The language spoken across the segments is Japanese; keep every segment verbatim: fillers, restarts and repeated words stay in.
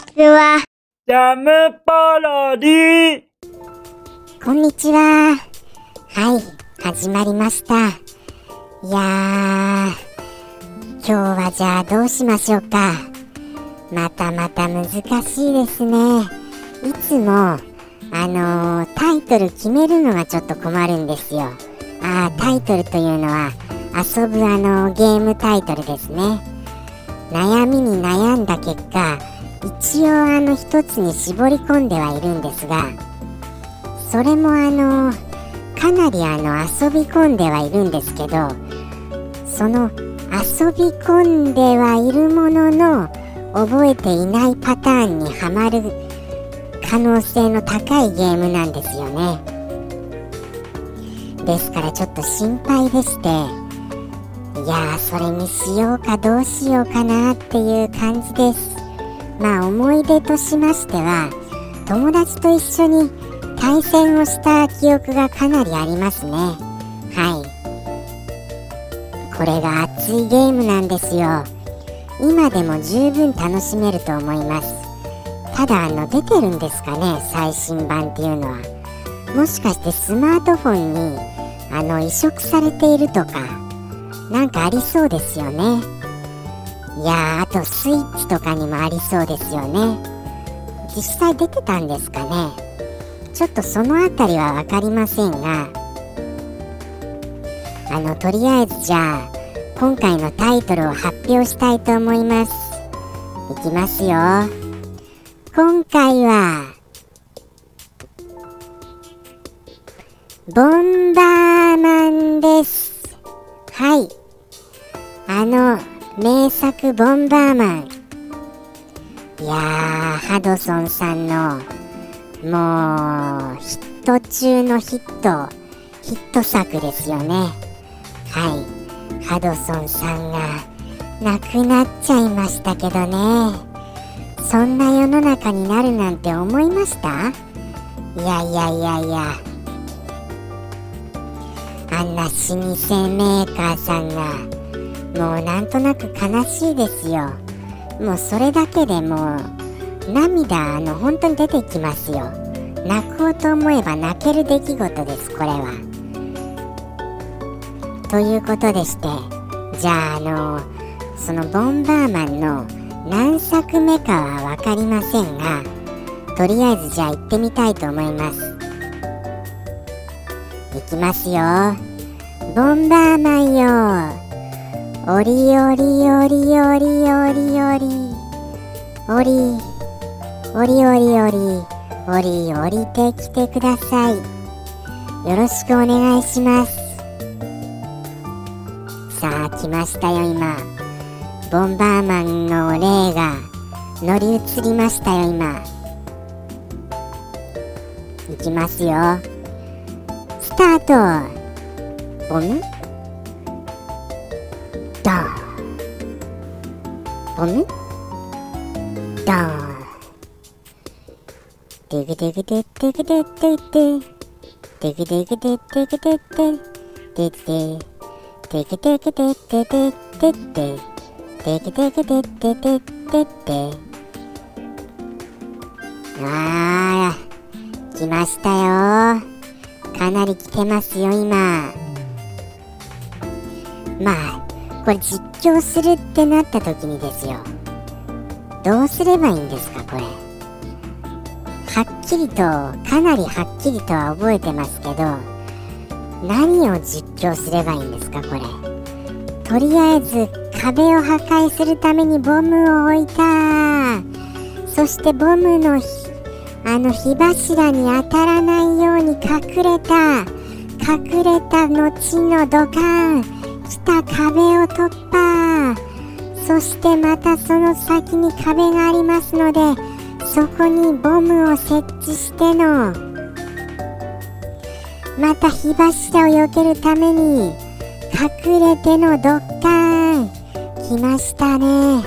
ちは。 ジャムパロディ。 こんにちは。はい、始まりました。いやー、今日はじゃあどうしましょうか。またまた難しいですね。いつもあのー、タイトル決めるのがちょっと困るんですよ。あー、タイトルというのは遊ぶあのー、ゲームタイトルですね。悩みに悩んだ結果、一応あの一つに絞り込んではいるんですが、それもあのかなりあの遊び込んではいるんですけど、その遊び込んではいるものの覚えていないパターンにはまる可能性の高いゲームなんですよね。ですからちょっと心配でして、いやー、それにしようかどうしようかなっていう感じです。まあ思い出としましては、友達と一緒に対戦をした記憶がかなりありますね。はい、これが熱いゲームなんですよ。今でも十分楽しめると思います。ただあの出てるんですかね、最新版っていうのは。もしかしてスマートフォンにあの移植されているとかなんかありそうですよね。いやー、あとスイッチとかにもありそうですよね。実際出てたんですかね。ちょっとそのあたりは分かりませんが、あのとりあえずじゃあ今回のタイトルを発表したいと思います。いきますよ。今回はボンバーマンです。はい、あの名作ボンバーマン。いやー、ハドソンさんのもうヒット中のヒットヒット作ですよね。はい、ハドソンさんが亡くなっちゃいましたけどね。そんな世の中になるなんて思いました？いやいやいやいや、あんな老舗メーカーさんがもうなんとなく悲しいですよ。もうそれだけでもう涙あの本当に出てきますよ。泣こうと思えば泣ける出来事です、これは。ということでして、じゃああのそのボンバーマンの何作目かは分かりませんが、とりあえずじゃあ行ってみたいと思います。いきますよ。ボンバーマンよ、おりおりおりおりおりおりおりおりおりおりおり降りてきてください。よろしくお願いします。さあ来ましたよ。今ボンバーマンの霊が乗り移りましたよ。今いきますよ。スタート。ボムドーン、ボムドーン、デグデグデデグデデデデグデグデデグデデデデデデグデグデデデデデデグデグデデデデ。あー、来ましたよ。かなり来てますよ今。まあこれ実況するってなった時にですよ、どうすればいいんですか。これはっきりとかなりはっきりとは覚えてますけど、何を実況すればいいんですか。これとりあえず壁を破壊するためにボムを置いた。そしてボムのあの火柱に当たらないように隠れた隠れた後のドカーン来た壁を突破。そしてまたその先に壁がありますので、そこにボムを設置してのまた火柱を避けるために隠れてのドッカーン来ましたね。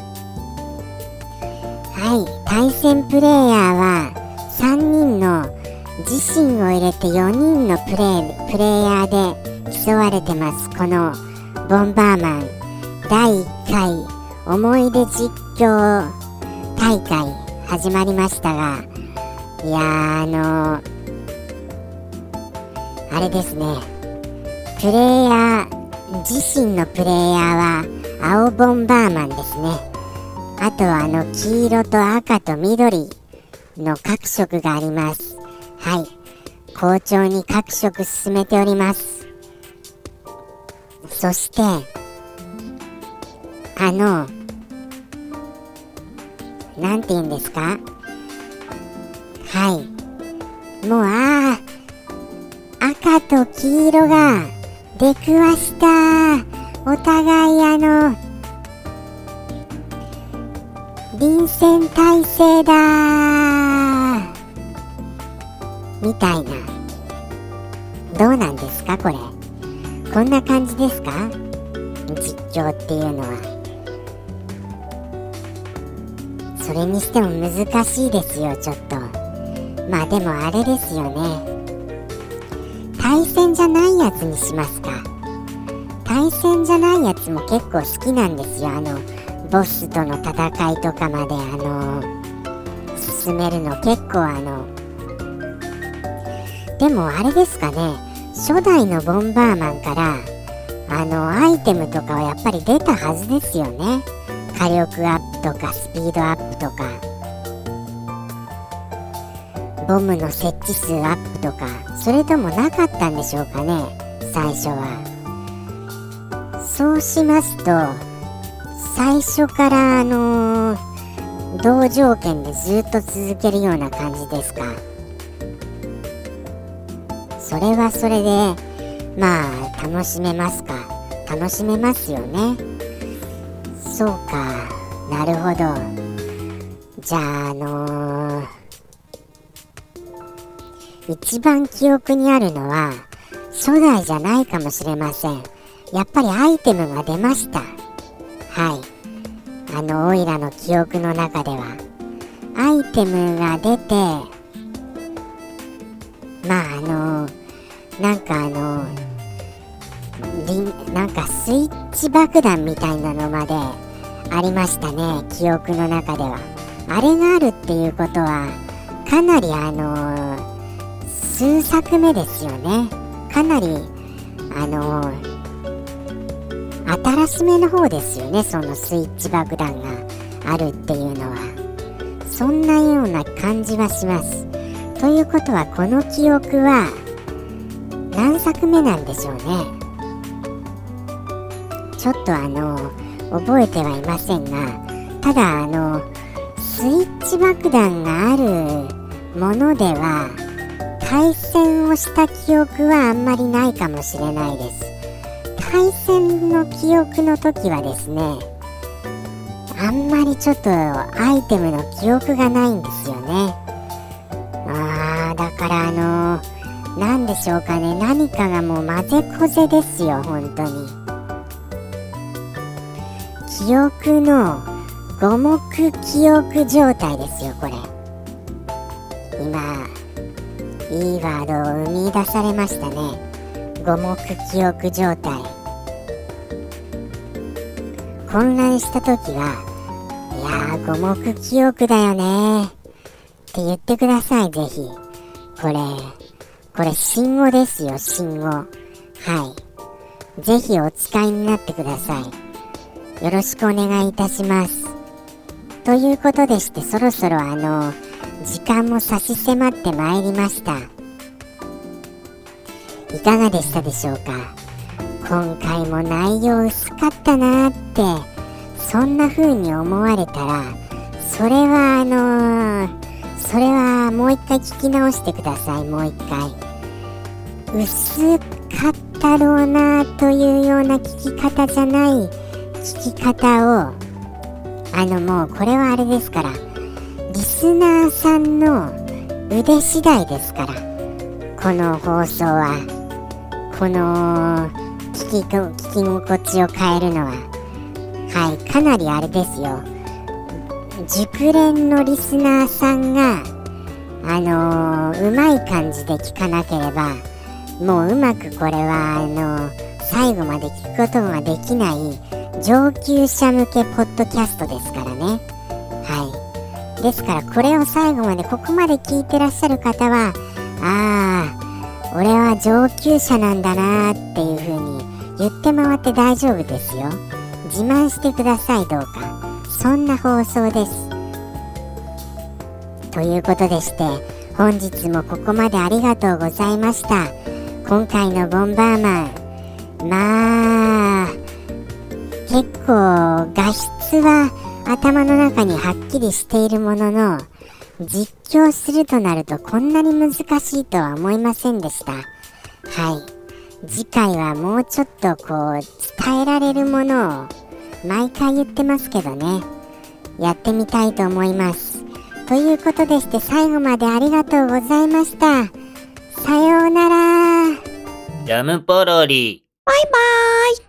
はい、対戦プレイヤーはさんにんの自身を入れてよにんのプレイ、プレイヤーで競われてます。このボンバーマンだいいっかい思い出実況大会始まりましたが、いやーあのー、あれですね、プレイヤー自身のプレイヤーは青ボンバーマンですね。あとはあの黄色と赤と緑の各色があります。はい、好調に各色進めております。そしてあのなんて言うんですか、はい、もうあー赤と黄色が出くわした。お互いあの臨戦態勢だみたいな。どうなんですかこれ。こんな感じですか、実況っていうのは。それにしても難しいですよ、ちょっと。まあでもあれですよね、対戦じゃないやつにしますか。対戦じゃないやつも結構好きなんですよ。あのボスとの戦いとかまであの進めるの結構あのでもあれですかね、初代のボンバーマンからあのアイテムとかはやっぱり出たはずですよね。火力アップとかスピードアップとかボムの設置数アップとか、それともなかったんでしょうかね、最初は。そうしますと最初からあのー、同条件でずっと続けるような感じですか。それはそれでまあ楽しめますか。楽しめますよね。そうか、なるほど。じゃああのー、一番記憶にあるのは初代じゃないかもしれません。やっぱりアイテムが出ました。はい、あのオイラの記憶の中ではアイテムが出て、まああのなんかあのなんかスイッチ爆弾みたいなのまでありましたね、記憶の中では。あれがあるっていうことはかなりあの数作目ですよね。かなりあの新しめの方ですよね、そのスイッチ爆弾があるっていうのは。そんなような感じはします。ということはこの記憶は何作目なんでしょうね。ちょっとあの覚えてはいませんが、ただあのスイッチ爆弾があるものでは対戦をした記憶はあんまりないかもしれないです。対戦の記憶の時はですね、あんまりちょっとアイテムの記憶がないんですよね。あーだからあのー、なんでしょうかね、何かがもう混ぜこぜですよ、本当に。記憶の五目記憶状態ですよ、これ。今いいワードを生み出されましたね、五目記憶状態。混乱した時は、いやー五目記憶だよねって言ってください、ぜひ。これこれ新語ですよ、新語。はい、ぜひお使いになってください。よろしくお願いいたします。ということでして、そろそろあの時間も差し迫ってまいりました。いかがでしたでしょうか。今回も内容薄かったなーって、そんな風に思われたら、それはあのー、それはもう一回聞き直してください。もう一回。薄かったろうなというような聞き方じゃない聞き方を、あのもうこれはあれですから、リスナーさんの腕次第ですから、この放送は、この聞きと聞き心地を変えるのは、はい、かなりあれですよ。熟練のリスナーさんがあのー、うまい感じで聞かなければ、もううまくこれはあのー、最後まで聞くことができない上級者向けポッドキャストですからね。はですからこれを最後までここまで聞いてらっしゃる方は、ああ俺は上級者なんだなーっていう風に言って回って大丈夫ですよ。自慢してください、どうか。そんな放送です。ということでして、本日もここまでありがとうございました。今回のボンバーマン、まあ結構画質は頭の中にはっきりしているものの、実況するとなるとこんなに難しいとは思いませんでした。はい、次回はもうちょっとこう伝えられるものを毎回言ってますけどね、やってみたいと思います。ということでして、最後までありがとうございました。さようなら。 ジャムポロリ。 バイバーイ。